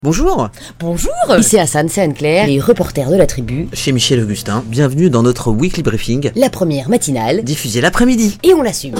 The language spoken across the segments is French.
Bonjour. Bonjour. Ici Hassan, c'est Anne-Claire, les reporters de la tribu. Chez Michel Augustin, bienvenue dans notre Weekly Briefing. La première matinale. Diffusée l'après-midi. Et on l'assume.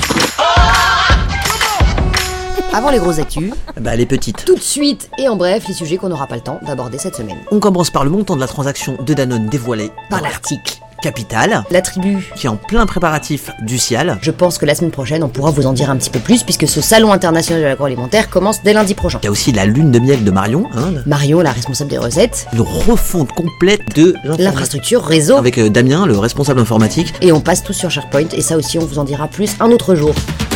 Avant les grosses actus. Les petites. Tout de suite et en bref, les sujets qu'on n'aura pas le temps d'aborder cette semaine. On commence par le montant de la transaction de Danone dévoilé Par l'article Capital, La tribu, qui est en plein préparatif du Cial. Je pense que la semaine prochaine, on pourra vous en dire un petit peu plus, puisque ce salon international de l'agroalimentaire commence dès lundi prochain. Il y a aussi la lune de miel de Marion. Mario, la responsable des recettes. Une refonte complète de L'infrastructure réseau. Avec Damien, le responsable informatique. Et on passe tous sur SharePoint, et ça aussi, on vous en dira plus un autre jour.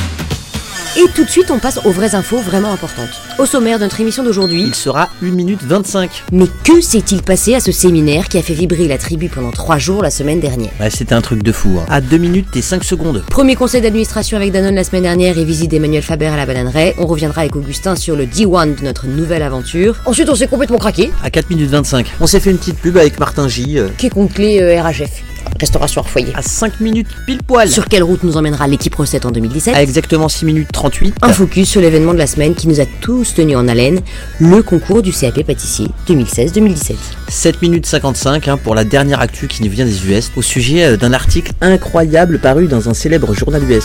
Et tout de suite, on passe aux vraies infos vraiment importantes. Au sommaire de notre émission d'aujourd'hui... Il sera 1 minute 25. Mais que s'est-il passé à ce séminaire qui a fait vibrer la tribu pendant 3 jours la semaine dernière ? C'était un truc de fou. À 2 minutes et 5 secondes. Premier conseil d'administration avec Danone la semaine dernière et visite d'Emmanuel Faber à la bananeraie. On reviendra avec Augustin sur le D1 de notre nouvelle aventure. Ensuite, on s'est complètement craqué. À 4 minutes 25. On s'est fait une petite pub avec Martin J. Qui est conclé RHF. Restauration hors foyer. À 5 minutes pile poil. Sur quelle route nous emmènera l'équipe recette en 2017 ? À exactement 6 minutes 38. Un focus sur l'événement de la semaine qui nous a tous tenus en haleine, le concours du CAP pâtissier 2016-2017. 7 minutes 55 pour la dernière actu qui nous vient des US, au sujet d'un article incroyable paru dans un célèbre journal US.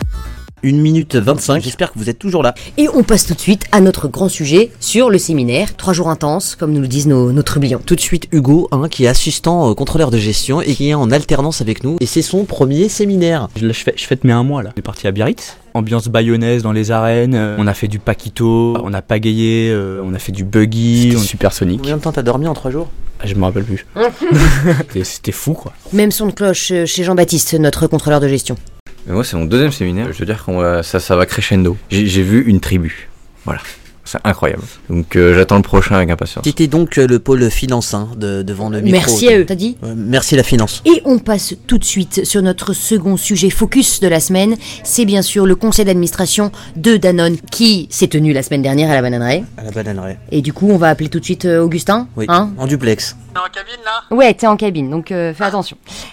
1 minute 25, j'espère que vous êtes toujours là. Et on passe tout de suite à notre grand sujet sur le séminaire. 3 jours intenses, comme nous le disent nos trublions. Tout de suite Hugo, qui est assistant contrôleur de gestion et qui est en alternance avec nous. Et c'est son premier séminaire. Je fête mes 1 mois là. On est parti à Biarritz. Ambiance bayonnaise dans les arènes. On a fait du paquito, on a pagayé, on a fait du buggy, supersonique. Combien de temps t'as dormi en 3 jours ? Je me rappelle plus. C'était fou quoi. Même son de cloche chez Jean-Baptiste, notre contrôleur de gestion. Mais moi, c'est mon 2e séminaire. Je veux dire que ça va crescendo. J'ai vu une tribu. Voilà. C'est incroyable. Donc, j'attends le prochain avec impatience. C'était donc le pôle finance devant le micro. Merci à eux, t'as dit ? Merci la finance. Et on passe tout de suite sur notre second sujet focus de la semaine. C'est bien sûr le conseil d'administration de Danone qui s'est tenu la semaine dernière à la bananeraie. À la bananeraie. Et du coup, on va appeler tout de suite Augustin. Oui, en duplex. T'es en cabine là ? Ouais, t'es en cabine, donc fais attention.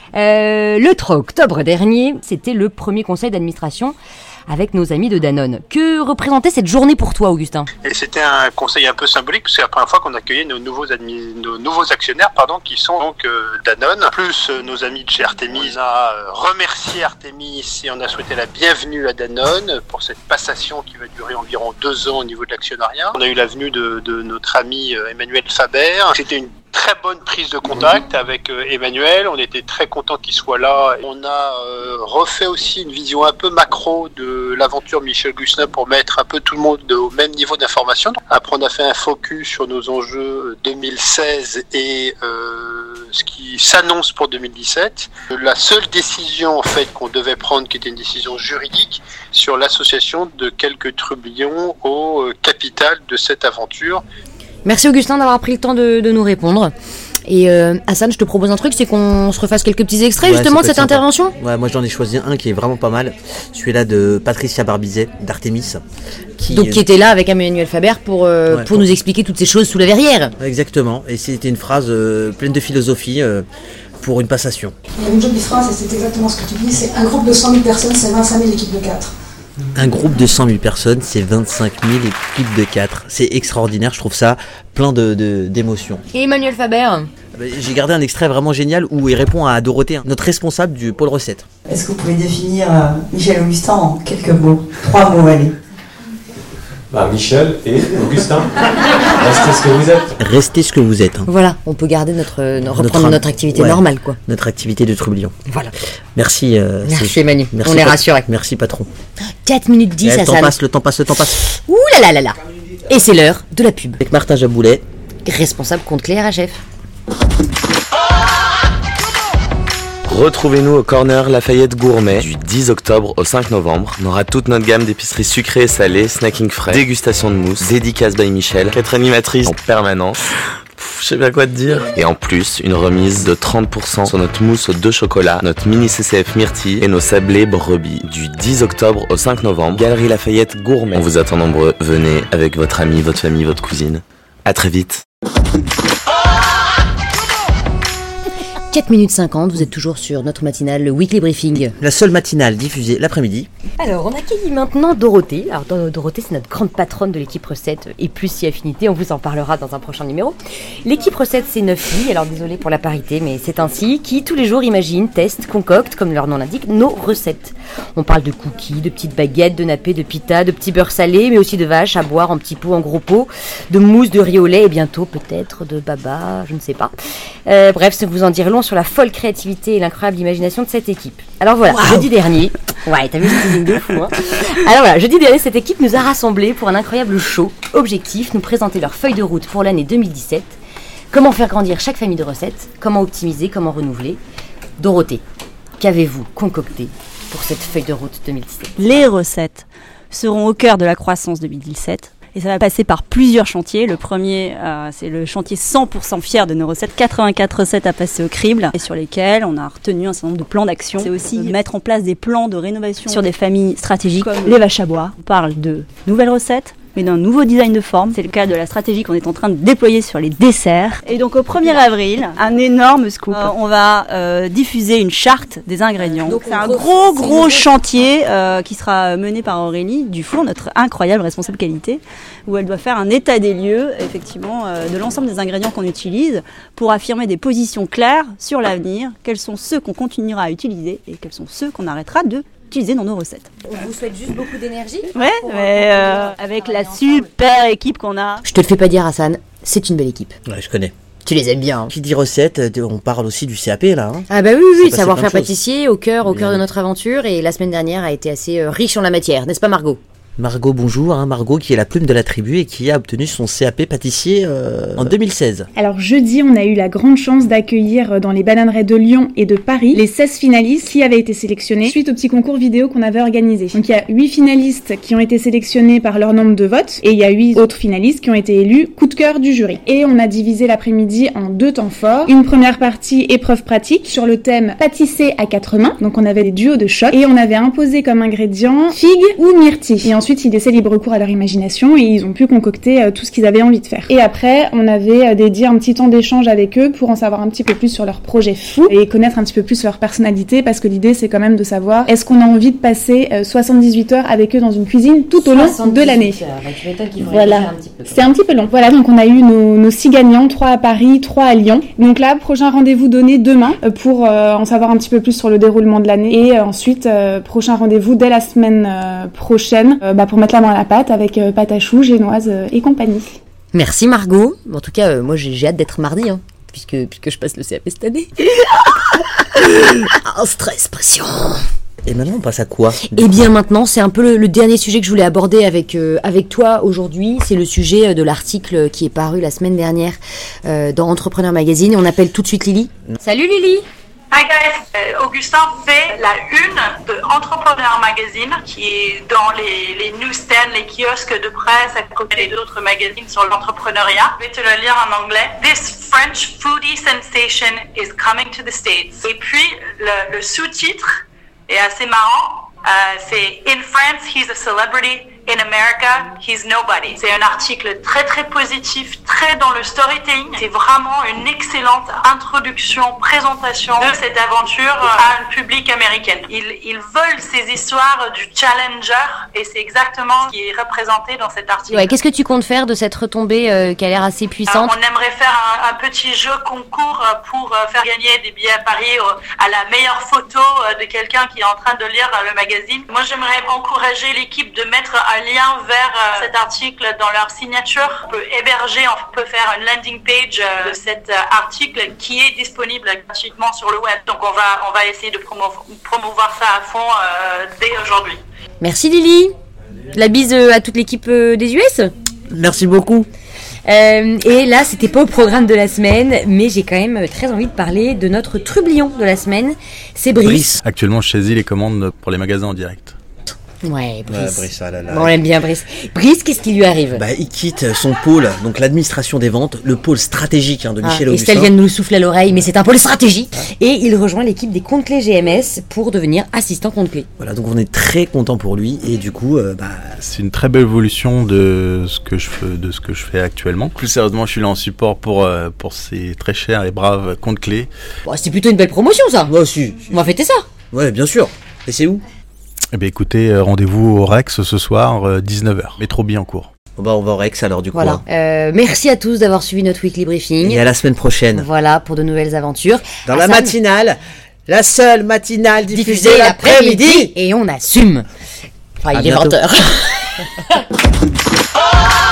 Le 3 octobre dernier, c'était le premier conseil d'administration avec nos amis de Danone. Que représentait cette journée pour toi, Augustin ? Et c'était un conseil un peu symbolique, parce que c'est la première fois qu'on accueillait nos nouveaux actionnaires, qui sont donc Danone, plus nos amis de chez Artemis. On a remercié Artemis et on a souhaité la bienvenue à Danone pour cette passation qui va durer environ 2 ans au niveau de l'actionnariat. On a eu la venue de notre ami Emmanuel Faber. C'était une très bonne prise de contact avec Emmanuel, on était très content qu'il soit là. On a refait aussi une vision un peu macro de l'aventure Michel Augustin pour mettre un peu tout le monde au même niveau d'information. Après, on a fait un focus sur nos enjeux 2016 et ce qui s'annonce pour 2017. La seule décision en fait qu'on devait prendre, qui était une décision juridique, sur l'association de quelques trublions au capital de cette aventure. Merci Augustin d'avoir pris le temps de nous répondre. Et Hassan, je te propose un truc, c'est qu'on se refasse quelques petits extraits justement de cette intervention. Ouais, moi j'en ai choisi un qui est vraiment pas mal. Celui-là de Patricia Barbizet, d'Artemis. Qui était là avec Emmanuel Faber pour nous expliquer toutes ces choses sous la verrière. Exactement, et c'était une phrase pleine de philosophie pour une passation. Il y a une jolie phrase, et c'est exactement ce que tu dis, c'est un groupe de 100 000 personnes, c'est 25 000 équipes de 4. Un groupe de 100 000 personnes, c'est 25 000 équipes de 4. C'est extraordinaire, je trouve ça plein d'émotions. Et Emmanuel Faber ? J'ai gardé un extrait vraiment génial où il répond à Dorothée, notre responsable du pôle recette. Est-ce que vous pouvez définir Michel Augustin en quelques mots ? 3 mots, allez. Michel et Augustin, restez ce que vous êtes. Restez ce que vous êtes. Voilà, on peut garder reprendre notre activité normale, quoi. Notre activité de trublion. Voilà. Merci. Merci Manu, merci, on est rassurés. Merci patron. 4 minutes 10 à ça. Le temps passe. Ouh là là. Et c'est l'heure de la pub. Avec Martin Jaboulet, responsable compte clé RHF. Retrouvez-nous au Corner Lafayette Gourmet du 10 octobre au 5 novembre. On aura toute notre gamme d'épiceries sucrées et salées, snacking frais, dégustation de mousse, dédicace by Michel, 4 animatrices en permanence. Je sais pas quoi te dire. Et en plus, une remise de 30% sur notre mousse aux 2 chocolats, notre mini CCF myrtille et nos sablés brebis. Du 10 octobre au 5 novembre, Galerie Lafayette Gourmet. On vous attend nombreux. Venez avec votre ami, votre famille, votre cousine. À très vite. 4 minutes 50, vous êtes toujours sur notre matinale, le Weekly Briefing. La seule matinale diffusée l'après-midi. Alors, on accueille maintenant Dorothée. Alors, Dorothée, c'est notre grande patronne de l'équipe recette et plus si affinité. On vous en parlera dans un prochain numéro. L'équipe recette, c'est 9 filles. Alors, désolé pour la parité, mais c'est ainsi. Qui, tous les jours, imaginent, testent, concoctent, comme leur nom l'indique, nos recettes. On parle de cookies, de petites baguettes, de nappés, de pita, de petits beurres salés, mais aussi de vaches à boire en petits pots, en gros pots, de mousse, de riz au lait et bientôt, peut-être, de baba, je ne sais pas. Bref, ça vous en dire long sur la folle créativité et l'incroyable imagination de cette équipe. Alors voilà, jeudi dernier, ouais, t'as vu ce teasing de fou, hein. Alors voilà, jeudi dernier, cette équipe nous a rassemblés pour un incroyable show. Objectif, nous présenter leur feuille de route pour l'année 2017. Comment faire grandir chaque famille de recettes, comment optimiser, comment renouveler. Dorothée, qu'avez-vous concocté pour cette feuille de route 2017 ? Les recettes seront au cœur de la croissance 2017. Et ça va passer par plusieurs chantiers. Le premier, c'est le chantier 100% fier de nos recettes. 84 recettes à passer au crible et sur lesquelles on a retenu un certain nombre de plans d'action. C'est aussi mettre en place des plans de rénovation sur des familles stratégiques comme les vaches à boire. On parle de nouvelles recettes, mais d'un nouveau design de forme. C'est le cas de la stratégie qu'on est en train de déployer sur les desserts. Et donc au 1er avril, un énorme scoop. On va diffuser une charte des ingrédients. Donc c'est un gros chantier qui sera mené par Aurélie Dufour, notre incroyable responsable qualité, où elle doit faire un état des lieux, effectivement, de l'ensemble des ingrédients qu'on utilise pour affirmer des positions claires sur l'avenir, quels sont ceux qu'on continuera à utiliser et quels sont ceux qu'on arrêtera de utiliser dans nos recettes. On vous souhaite juste beaucoup d'énergie. Ouais, mais avec la super équipe qu'on a. Je te le fais pas dire, Hassan, c'est une belle équipe. Ouais, je connais. Tu les aimes bien. Hein. Qui dit recette, on parle aussi du CAP là. Hein. Ah bah oui, savoir-faire pâtissier au cœur de notre aventure, et la semaine dernière a été assez riche en la matière, n'est-ce pas Margot ? Margot, bonjour, hein, Margot qui est la plume de la tribu et qui a obtenu son CAP pâtissier en 2016. Alors jeudi, on a eu la grande chance d'accueillir dans les bananeraies de Lyon et de Paris les 16 finalistes qui avaient été sélectionnés suite au petit concours vidéo qu'on avait organisé. Donc il y a 8 finalistes qui ont été sélectionnés par leur nombre de votes et il y a 8 autres finalistes qui ont été élus coup de cœur du jury. Et on a divisé l'après-midi en 2 temps forts. Une première partie épreuve pratique sur le thème pâtisser à 4 mains. Donc on avait des duos de shot et on avait imposé comme ingrédient figue ou myrtille. Et ensuite, ils laissaient libre cours à leur imagination et ils ont pu concocter tout ce qu'ils avaient envie de faire. Et après, on avait dédié un petit temps d'échange avec eux pour en savoir un petit peu plus sur leur projet fou et connaître un petit peu plus leur personnalité, parce que l'idée, c'est quand même de savoir est-ce qu'on a envie de passer 78 heures avec eux dans une cuisine tout au long de l'année. Voilà, c'est un petit peu long. Voilà, donc on a eu nos 6 gagnants, 3 à Paris, 3 à Lyon. Donc là, prochain rendez-vous donné demain pour en savoir un petit peu plus sur le déroulement de l'année, et ensuite, prochain rendez-vous dès la semaine prochaine pour mettre la main à la pâte avec pâte à choux, génoise et compagnie. Merci Margot. En tout cas, moi j'ai hâte d'être mardi, hein, puisque je passe le CAP cette année. Stress, pression. Et maintenant on passe à quoi ? Eh bien maintenant, c'est un peu le dernier sujet que je voulais aborder avec toi aujourd'hui. C'est le sujet de l'article qui est paru la semaine dernière dans Entrepreneur Magazine. On appelle tout de suite Lily. Salut Lily. Hi guys, Augustin fait la une de Entrepreneur Magazine, qui est dans les newsstands, les kiosques de presse, à côté d'autres magazines sur l'entrepreneuriat. Je vais te le lire en anglais. This French foodie sensation is coming to the States. Et puis le sous-titre est assez marrant. C'est In France, he's a celebrity. In America, he's nobody. C'est un article très très positif, très dans le storytelling. C'est vraiment une excellente introduction, présentation de cette aventure à un public américain. Ils veulent ces histoires du challenger et c'est exactement ce qui est représenté dans cet article. Ouais, qu'est-ce que tu comptes faire de cette retombée qui a l'air assez puissante ? On aimerait faire un petit jeu concours pour faire gagner des billets à Paris à la meilleure photo de quelqu'un qui est en train de lire le magazine. Moi, j'aimerais encourager l'équipe de mettre un lien vers cet article dans leur signature. On peut héberger, on peut faire une landing page de cet article qui est disponible gratuitement sur le web. Donc on va essayer de promouvoir ça à fond dès aujourd'hui. Merci Lily. La bise à toute l'équipe des US. Merci beaucoup. Et là, c'était pas au programme de la semaine, mais j'ai quand même très envie de parler de notre trublion de la semaine. C'est Brice. Actuellement, je saisis les commandes pour les magasins en direct. Ouais, Brice. Brice, ah là là. Bon, on aime bien Brice. Brice, qu'est-ce qui lui arrive? Il quitte son pôle, donc l'administration des ventes, le pôle stratégique de Michel Augustin. Estelle vient de nous souffler à l'oreille, mais c'est un pôle stratégique. Et il rejoint l'équipe des comptes clés GMS pour devenir assistant compte clé. Voilà, donc on est très content pour lui et du coup, c'est une très belle évolution de ce que je fais actuellement. Plus sérieusement, je suis là en support pour ces très chers et braves comptes clés. C'est plutôt une belle promotion, ça. Si. On va fêter ça. Ouais, bien sûr. Et c'est où? Eh bien écoutez, rendez-vous au Rex ce soir, 19h, métro Billancourt. On va au Rex alors du coup. Voilà. Merci à tous d'avoir suivi notre weekly briefing. Et à la semaine prochaine. Voilà, pour de nouvelles aventures. Dans la matinale, la seule matinale diffusée l'après-midi. Et on assume. Enfin, il est 20h.